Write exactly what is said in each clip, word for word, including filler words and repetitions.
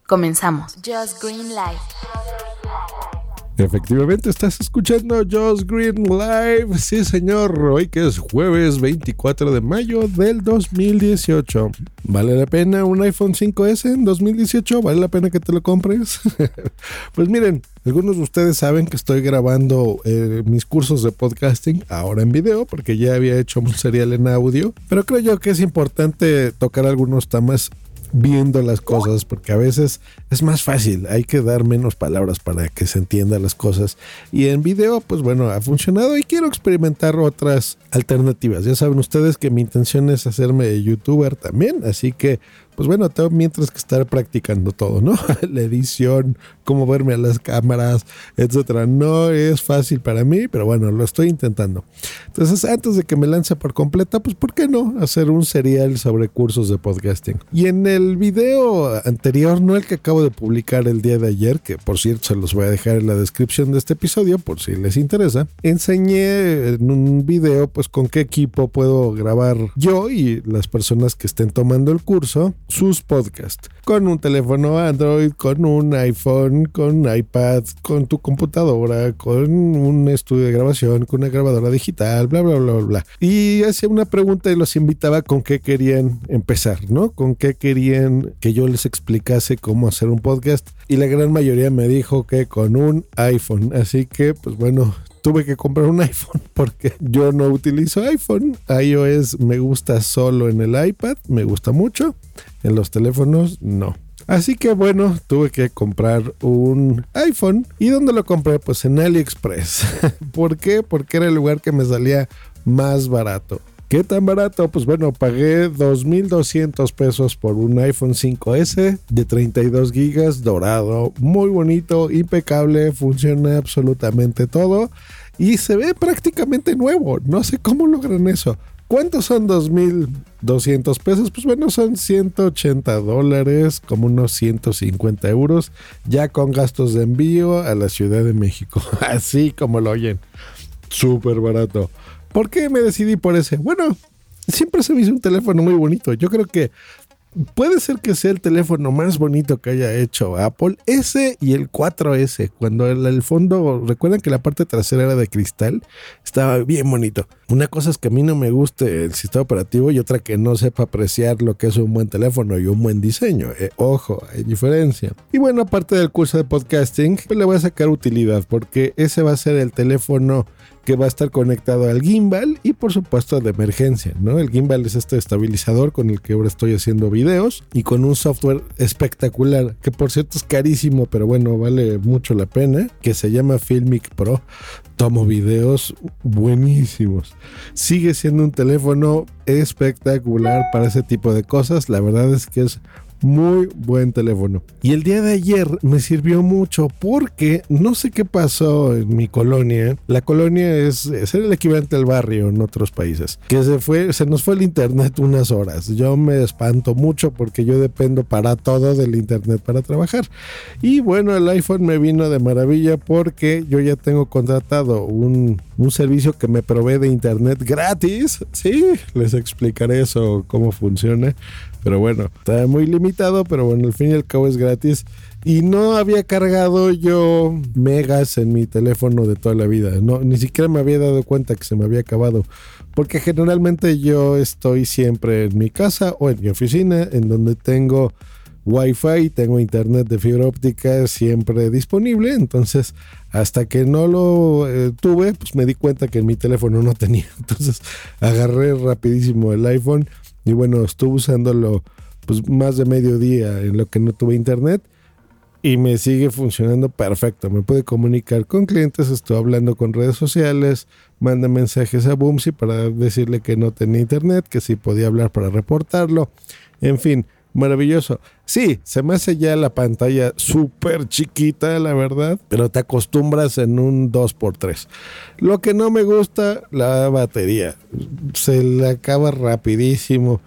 Comenzamos. Just Green Live. Efectivamente, estás escuchando Just Green Live. Sí, señor. Hoy que es jueves veinticuatro de mayo del dos mil dieciocho. ¿Vale la pena un iPhone cinco ese en dos mil dieciocho? ¿Vale la pena que te lo compres? Pues miren, algunos de ustedes saben que estoy grabando eh, mis cursos de podcasting ahora en video, porque ya había hecho un serial en audio. Pero creo yo que es importante tocar algunos temas viendo las cosas, porque a veces es más fácil, hay que dar menos palabras para que se entiendan las cosas, y en video pues bueno, ha funcionado y quiero experimentar otras alternativas. Ya saben ustedes que mi intención es hacerme youtuber también, así que pues bueno, tengo mientras que estar practicando todo, ¿no? La edición, cómo verme a las cámaras, etcétera. No es fácil para mí, pero bueno, lo estoy intentando. Entonces, antes de que me lance por completa, pues ¿por qué no hacer un serial sobre cursos de podcasting? Y en el video anterior, no el que acabo de publicar el día de ayer, que por cierto se los voy a dejar en la descripción de este episodio por si les interesa, enseñé en un video pues con qué equipo puedo grabar yo y las personas que estén tomando el curso sus podcasts, con un teléfono Android, con un iPhone, con un iPad, con tu computadora, con un estudio de grabación, con una grabadora digital, bla, bla, bla, bla. Y hacía una pregunta y los invitaba con qué querían empezar, ¿no? Con qué querían que yo les explicase cómo hacer un podcast. Y la gran mayoría me dijo que con un iPhone. Así que, pues bueno, tuve que comprar un iPhone porque yo no utilizo iPhone. iOS me gusta solo en el iPad, me gusta mucho. En los teléfonos, no. Así que bueno, tuve que comprar un iPhone. ¿Y dónde lo compré? Pues en AliExpress. ¿Por qué? Porque era el lugar que me salía más barato. ¿Qué tan barato? Pues bueno, pagué dos mil doscientos pesos por un iPhone cinco ese de treinta y dos gigas dorado. Muy bonito, impecable, funciona absolutamente todo y se ve prácticamente nuevo. No sé cómo logran eso. ¿Cuántos son dos mil doscientos pesos? Pues bueno, son ciento ochenta dólares, como unos ciento cincuenta euros, ya con gastos de envío a la Ciudad de México. Así como lo oyen. Súper barato. ¿Por qué me decidí por ese? Bueno, siempre se me hizo un teléfono muy bonito. Yo creo que puede ser que sea el teléfono más bonito que haya hecho Apple, ese y el cuatro ese, cuando el, el fondo, recuerdan que la parte trasera era de cristal, estaba bien bonito. Una cosa es que a mí no me guste el sistema operativo y otra que no sepa apreciar lo que es un buen teléfono y un buen diseño. Eh, ojo, hay diferencia. Y bueno, aparte del curso de podcasting, pues le voy a sacar utilidad porque ese va a ser el teléfono que va a estar conectado al gimbal y por supuesto de emergencia, ¿no? El gimbal es este estabilizador con el que ahora estoy haciendo videos y con un software espectacular, que por cierto es carísimo, pero bueno, vale mucho la pena, que se llama Filmic Pro. Tomo videos buenísimos. Sigue siendo un teléfono espectacular para ese tipo de cosas. La verdad es que es muy buen teléfono. Y el día de ayer me sirvió mucho porque no sé qué pasó en mi colonia. La colonia es, es el equivalente al barrio en otros países. Que se fue, se nos fue el internet unas horas. Yo me espanto mucho porque yo dependo para todo del internet para trabajar. Y bueno, el iPhone me vino de maravilla porque yo ya tengo contratado un, un servicio que me provee de internet gratis. Sí, les explicaré eso, cómo funciona. Pero bueno, está muy limitado, pero bueno, al fin y al cabo es gratis. Y no había cargado yo megas en mi teléfono de toda la vida. No, ni siquiera me había dado cuenta que se me había acabado. Porque generalmente yo estoy siempre en mi casa o en mi oficina, en donde tengo Wi-Fi, tengo internet de fibra óptica siempre disponible. Entonces, hasta que no lo eh, tuve, pues me di cuenta que en mi teléfono no tenía. Entonces, agarré rapidísimo el iPhone. Y bueno, estuve usándolo pues más de mediodía en lo que no tuve internet y me sigue funcionando perfecto. Me puede comunicar con clientes, estoy hablando con redes sociales, manda mensajes a Boomsy para decirle que no tenía internet, que sí podía hablar para reportarlo. En fin, maravilloso. Sí, se me hace ya la pantalla súper chiquita, la verdad, pero te acostumbras en un dos por tres. Lo que no me gusta, la batería. Se le acaba rapidísimo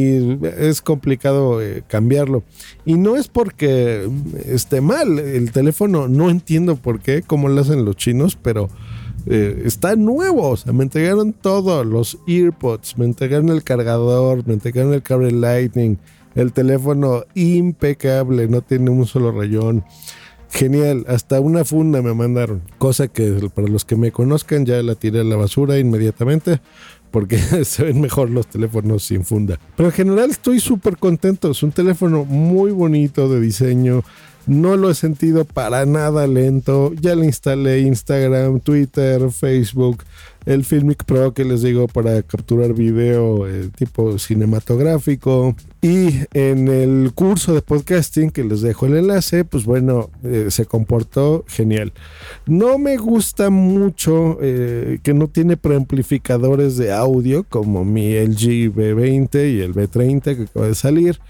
y es complicado eh, cambiarlo. Y no es porque esté mal el teléfono, no entiendo por qué, cómo lo hacen los chinos, pero Eh, está nuevo, o sea, me entregaron todo, los AirPods, me entregaron el cargador, me entregaron el cable Lightning, El teléfono impecable, no tiene un solo rayón. Genial, hasta una funda me mandaron, cosa que para los que me conozcan ya la tiré a la basura inmediatamente porque se ven mejor los teléfonos sin funda. Pero en general estoy súper contento, es un teléfono muy bonito de diseño, no lo he sentido para nada lento, ya le instalé Instagram, Twitter, Facebook, el Filmic Pro que les digo para capturar video eh, tipo cinematográfico, y en el curso de podcasting que les dejo el enlace, pues bueno, eh, se comportó genial. No me gusta mucho eh, que no tiene preamplificadores de audio como mi L G V veinte y el V treinta que acaba de salir.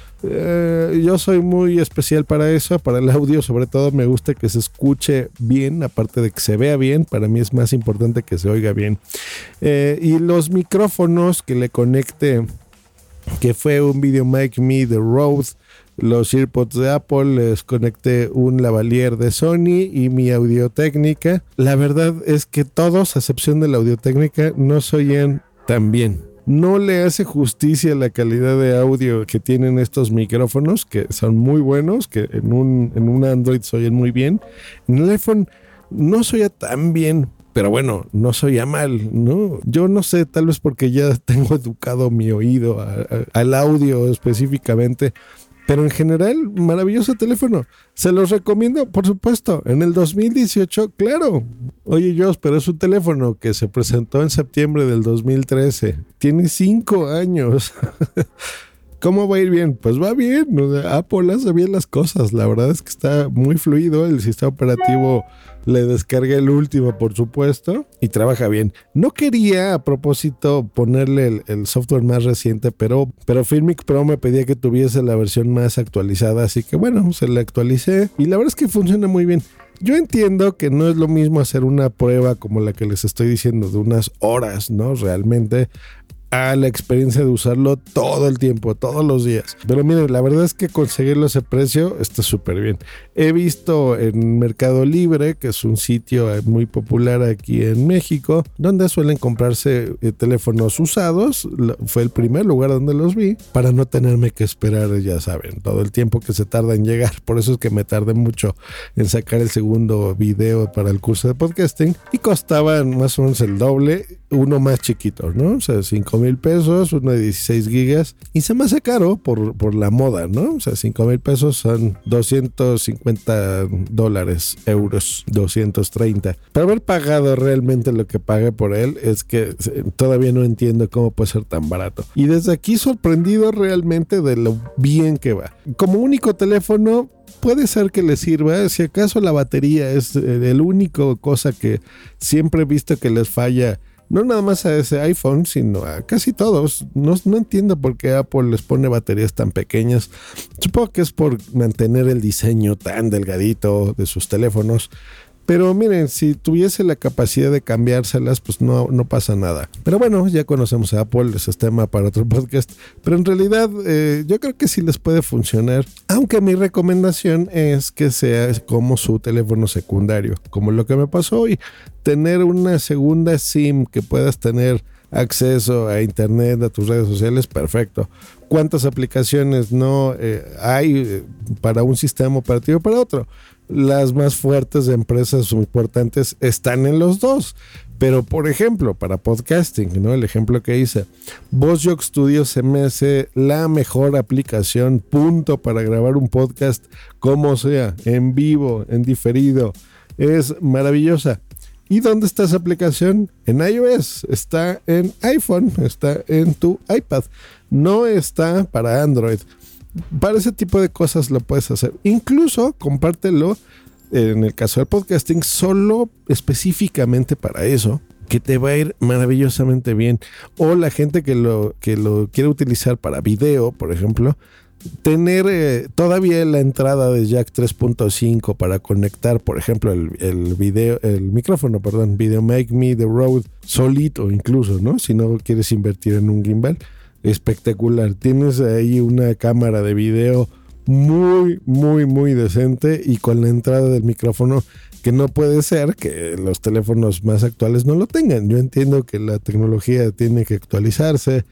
Eh, yo soy muy especial para eso, para el audio sobre todo me gusta que se escuche bien, aparte de que se vea bien, para mí es más importante que se oiga bien. Eh, y los micrófonos que le conecté, que fue un VideoMic Me de Rode, los AirPods de Apple, les conecté un lavalier de Sony y mi Audio-Técnica. La verdad es que todos, a excepción de la Audio-Técnica, no se oyen tan bien. No le hace justicia a la calidad de audio que tienen estos micrófonos, que son muy buenos, que en un, en un Android se oyen muy bien. En el iPhone no se oye tan bien, pero bueno, no se oía mal, ¿no? Yo no sé, tal vez porque ya tengo educado mi oído a, a, al audio específicamente. Pero en general, maravilloso teléfono. Se los recomiendo, por supuesto. En el dos mil dieciocho, claro. Oye, Joss, pero es un teléfono que se presentó en septiembre del dos mil trece. Tiene cinco años. ¿Cómo va a ir bien? Pues va bien. O sea, Apple hace bien las cosas. La verdad es que está muy fluido. El sistema operativo le descargué el último, por supuesto, y trabaja bien. No quería, a propósito, ponerle el, el software más reciente, pero, pero Filmic Pro me pedía que tuviese la versión más actualizada, así que bueno, se la actualicé y la verdad es que funciona muy bien. Yo entiendo que no es lo mismo hacer una prueba como la que les estoy diciendo de unas horas, ¿no? Realmente a la experiencia de usarlo todo el tiempo, todos los días. Pero miren, la verdad es que conseguirlo a ese precio está súper bien. He visto en Mercado Libre, que es un sitio muy popular aquí en México, donde suelen comprarse eh, teléfonos usados. Fue el primer lugar donde los vi, para no tenerme que esperar, ya saben, todo el tiempo que se tarda en llegar. Por eso es que me tardé mucho en sacar el segundo video para el curso de podcasting, y costaban más o menos el doble, uno más chiquito, ¿no? O sea, cinco mil pesos, uno de dieciséis gigas, y se me hace caro por, por la moda, ¿no? O sea, cinco mil pesos son doscientos cincuenta dólares, euros, doscientos treinta. Para haber pagado realmente lo que pagué por él, es que todavía no entiendo cómo puede ser tan barato. Y desde aquí sorprendido realmente de lo bien que va. Como único teléfono, puede ser que le sirva, si acaso la batería es el único cosa que siempre he visto que les falla. No nada más a ese iPhone, sino a casi todos. No, no entiendo por qué Apple les pone baterías tan pequeñas. Supongo que es por mantener el diseño tan delgadito de sus teléfonos. Pero miren, si tuviese la capacidad de cambiárselas, pues no, no pasa nada. Pero bueno, ya conocemos a Apple, ese es tema para otro podcast. Pero en realidad eh, yo creo que sí les puede funcionar. Aunque mi recomendación es que sea como su teléfono secundario. Como lo que me pasó hoy. Tener una segunda SIM que puedas tener acceso a internet, a tus redes sociales, perfecto. ¿Cuántas aplicaciones no eh, hay para un sistema operativo para otro? Las más fuertes de empresas importantes están en los dos. Pero, por ejemplo, para podcasting, ¿no? El ejemplo que hice, VozJock Studio se me hace la mejor aplicación, punto, para grabar un podcast como sea, en vivo, en diferido. Es maravillosa. ¿Y dónde está esa aplicación? En iOS, está en iPhone, está en tu iPad. No está para Android. Para ese tipo de cosas lo puedes hacer. Incluso compártelo, en el caso del podcasting, solo específicamente para eso, que te va a ir maravillosamente bien. O la gente que lo, que lo quiere utilizar para video, por ejemplo, tener eh, todavía la entrada de jack tres punto cinco para conectar, por ejemplo, el, el video, el micrófono, perdón, VideoMic Me de Rode solito incluso, ¿no? Si no quieres invertir en un gimbal, espectacular. Tienes ahí una cámara de video muy, muy, muy decente y con la entrada del micrófono que no puede ser que los teléfonos más actuales no lo tengan. Yo entiendo que la tecnología tiene que actualizarse,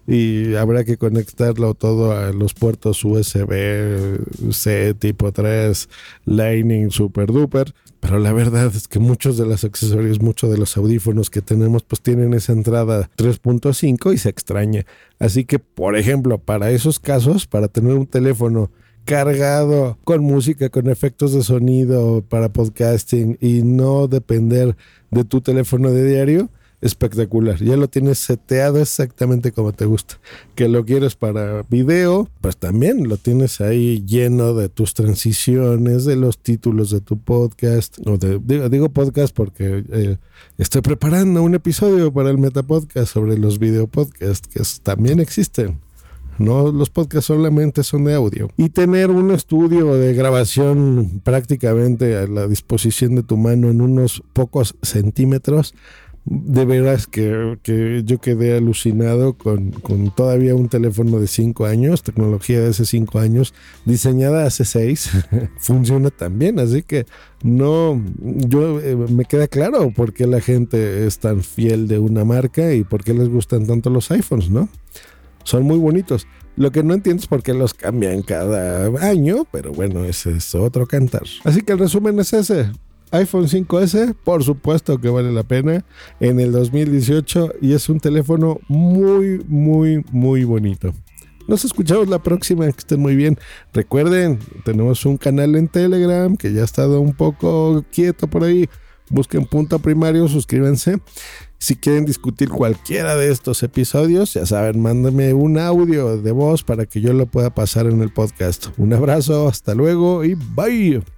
y habrá que conectarlo todo a los puertos U S B C tipo tres, Lightning, super duper. Pero la verdad es que muchos de los accesorios, muchos de los audífonos que tenemos, pues tienen esa entrada tres punto cinco y se extraña. Así que, por ejemplo, para esos casos, para tener un teléfono cargado con música, con efectos de sonido para podcasting y no depender de tu teléfono de diario, espectacular. Ya lo tienes seteado exactamente como te gusta. Que lo quieres para video, pues también lo tienes ahí lleno de tus transiciones, de los títulos de tu podcast. O de, digo, digo podcast porque eh, estoy preparando un episodio para el Metapodcast sobre los video podcasts que también existen. No, los podcasts solamente son de audio. Y tener un estudio de grabación prácticamente a la disposición de tu mano en unos pocos centímetros. De veras que, que yo quedé alucinado con, con todavía un teléfono de cinco años, tecnología de hace cinco años, diseñada hace seis, funciona tan bien, así que no, yo eh, me queda claro por qué la gente es tan fiel de una marca y por qué les gustan tanto los iPhones, ¿no? Son muy bonitos. Lo que no entiendo es por qué los cambian cada año, pero bueno, ese es otro cantar. Así que el resumen es ese. iPhone cinco ese, por supuesto que vale la pena en el dos mil dieciocho y es un teléfono muy, muy, muy bonito. Nos escuchamos la próxima, que estén muy bien. Recuerden, tenemos un canal en Telegram que ya ha estado un poco quieto por ahí. Busquen Punto Primario, suscríbanse. Si quieren discutir cualquiera de estos episodios, ya saben, mándenme un audio de voz para que yo lo pueda pasar en el podcast. Un abrazo, hasta luego y bye.